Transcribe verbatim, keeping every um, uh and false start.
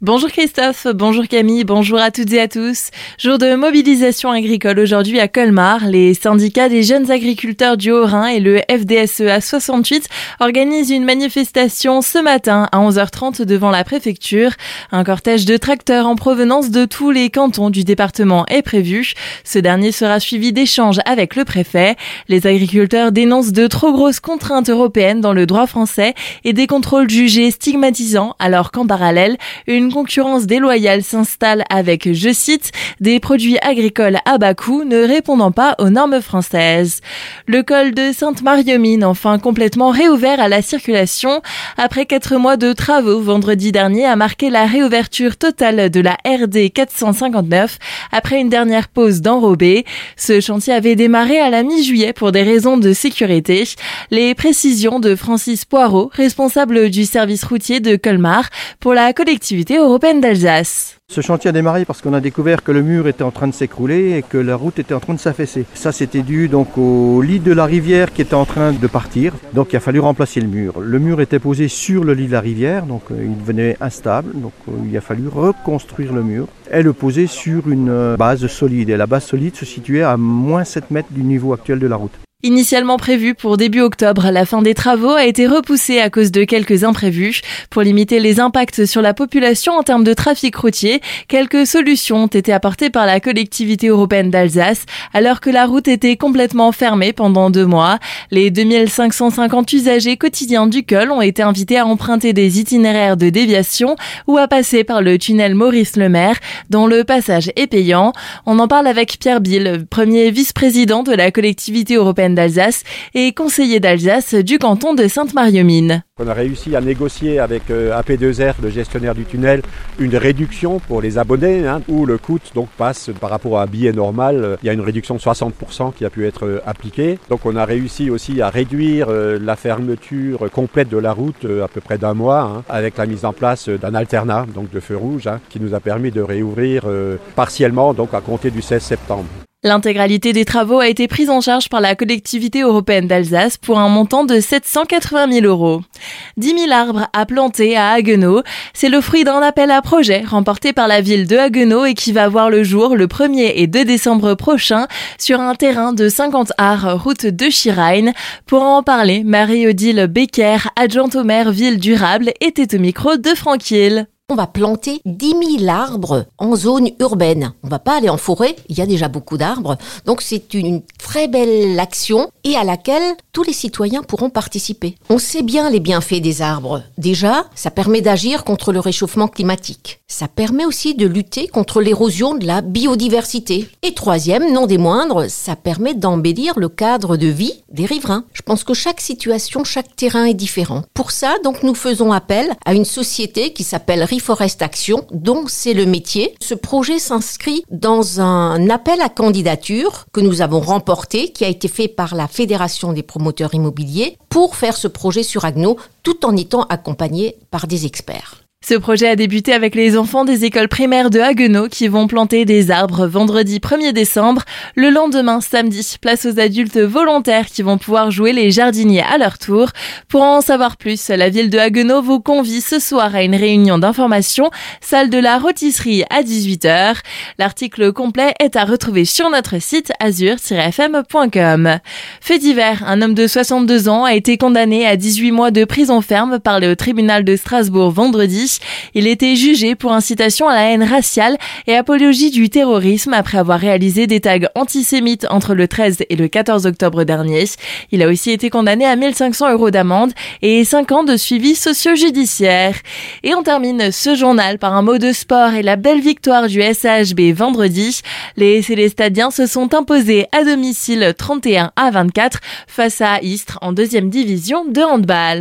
Bonjour Christophe, bonjour Camille, bonjour à toutes et à tous. Jour de mobilisation agricole aujourd'hui à Colmar. Les syndicats des jeunes agriculteurs du Haut-Rhin et le F D S E A soixante-huit organisent une manifestation ce matin à onze heures trente devant la préfecture. Un cortège de tracteurs en provenance de tous les cantons du département est prévu. Ce dernier sera suivi d'échanges avec le préfet. Les agriculteurs dénoncent de trop grosses contraintes européennes dans le droit français et des contrôles jugés stigmatisants, alors qu'en parallèle, une concurrence déloyale s'installe avec, je cite, des produits agricoles à bas coût ne répondant pas aux normes françaises. Le col de Sainte-Marie-aux-Mines, enfin complètement réouvert à la circulation. Après quatre mois de travaux, vendredi dernier a marqué la réouverture totale de la R D quatre cent cinquante-neuf après une dernière pause d'enrobé. Ce chantier avait démarré à la mi-juillet pour des raisons de sécurité. Les précisions de Francis Poirot, responsable du service routier de Colmar pour la collectivité européenne d'Alsace. Ce chantier a démarré parce qu'on a découvert que le mur était en train de s'écrouler et que la route était en train de s'affaisser. Ça, c'était dû donc au lit de la rivière qui était en train de partir. Donc il a fallu remplacer le mur. Le mur était posé sur le lit de la rivière, donc euh, il devenait instable. Donc euh, il a fallu reconstruire le mur et le poser sur une euh, base solide. Et la base solide se situait à moins sept mètres du niveau actuel de la route. Initialement prévu pour début octobre, la fin des travaux a été repoussée à cause de quelques imprévus. Pour limiter les impacts sur la population en termes de trafic routier, quelques solutions ont été apportées par la collectivité européenne d'Alsace, alors que la route était complètement fermée pendant deux mois. Les deux mille cinq cent cinquante usagers quotidiens du col ont été invités à emprunter des itinéraires de déviation ou à passer par le tunnel Maurice-Lemaire, dont le passage est payant. On en parle avec Pierre Bill, premier vice-président de la collectivité européenne d'Alsace et conseiller d'Alsace du canton de Sainte-Marie-aux-Mines. On a réussi à négocier avec A P deux R, le gestionnaire du tunnel, une réduction pour les abonnés, hein, où le coût donc, passe par rapport à un billet normal. Il y a une réduction de soixante pour cent qui a pu être appliquée. Donc on a réussi aussi à réduire la fermeture complète de la route à peu près d'un mois, hein, avec la mise en place d'un alternat donc de feu rouge, hein, qui nous a permis de réouvrir euh, partiellement donc à compter du seize septembre. L'intégralité des travaux a été prise en charge par la collectivité européenne d'Alsace pour un montant de sept cent quatre-vingt mille euros. dix mille arbres à planter à Haguenau. C'est le fruit d'un appel à projet remporté par la ville de Haguenau et qui va voir le jour le premier et deux décembre prochain sur un terrain de cinquante ares route de Chiragne. Pour en parler, Marie-Odile Becker, adjointe au maire Ville Durable, était au micro de Franck Hill. On va planter dix mille arbres en zone urbaine. On va pas aller en forêt, il y a déjà beaucoup d'arbres. Donc c'est une très belle action et à laquelle tous les citoyens pourront participer. On sait bien les bienfaits des arbres. Déjà, ça permet d'agir contre le réchauffement climatique. Ça permet aussi de lutter contre l'érosion de la biodiversité. Et troisième, non des moindres, ça permet d'embellir le cadre de vie des riverains. Je pense que chaque situation, chaque terrain est différent. Pour ça, donc, nous faisons appel à une société qui s'appelle Reforest Action, dont c'est le métier. Ce projet s'inscrit dans un appel à candidature que nous avons remporté, qui a été fait par la Fédération des promoteurs immobiliers, pour faire ce projet sur Haguenau, tout en étant accompagné par des experts. Ce projet a débuté avec les enfants des écoles primaires de Haguenau qui vont planter des arbres vendredi premier décembre. Le lendemain, samedi, place aux adultes volontaires qui vont pouvoir jouer les jardiniers à leur tour. Pour en savoir plus, la ville de Haguenau vous convie ce soir à une réunion d'information, salle de la rôtisserie à dix-huit heures. L'article complet est à retrouver sur notre site azur tiret f m point com. Fait divers, un homme de soixante-deux ans a été condamné à dix-huit mois de prison ferme par le tribunal de Strasbourg vendredi. Il était jugé pour incitation à la haine raciale et apologie du terrorisme après avoir réalisé des tags antisémites entre le treize et le quatorze octobre dernier. Il a aussi été condamné à mille cinq cents euros d'amende et cinq ans de suivi socio-judiciaire. Et on termine ce journal par un mot de sport et la belle victoire du S A H B vendredi. Les Célestadiens se sont imposés à domicile trente et un à vingt-quatre face à Istres en deuxième division de handball.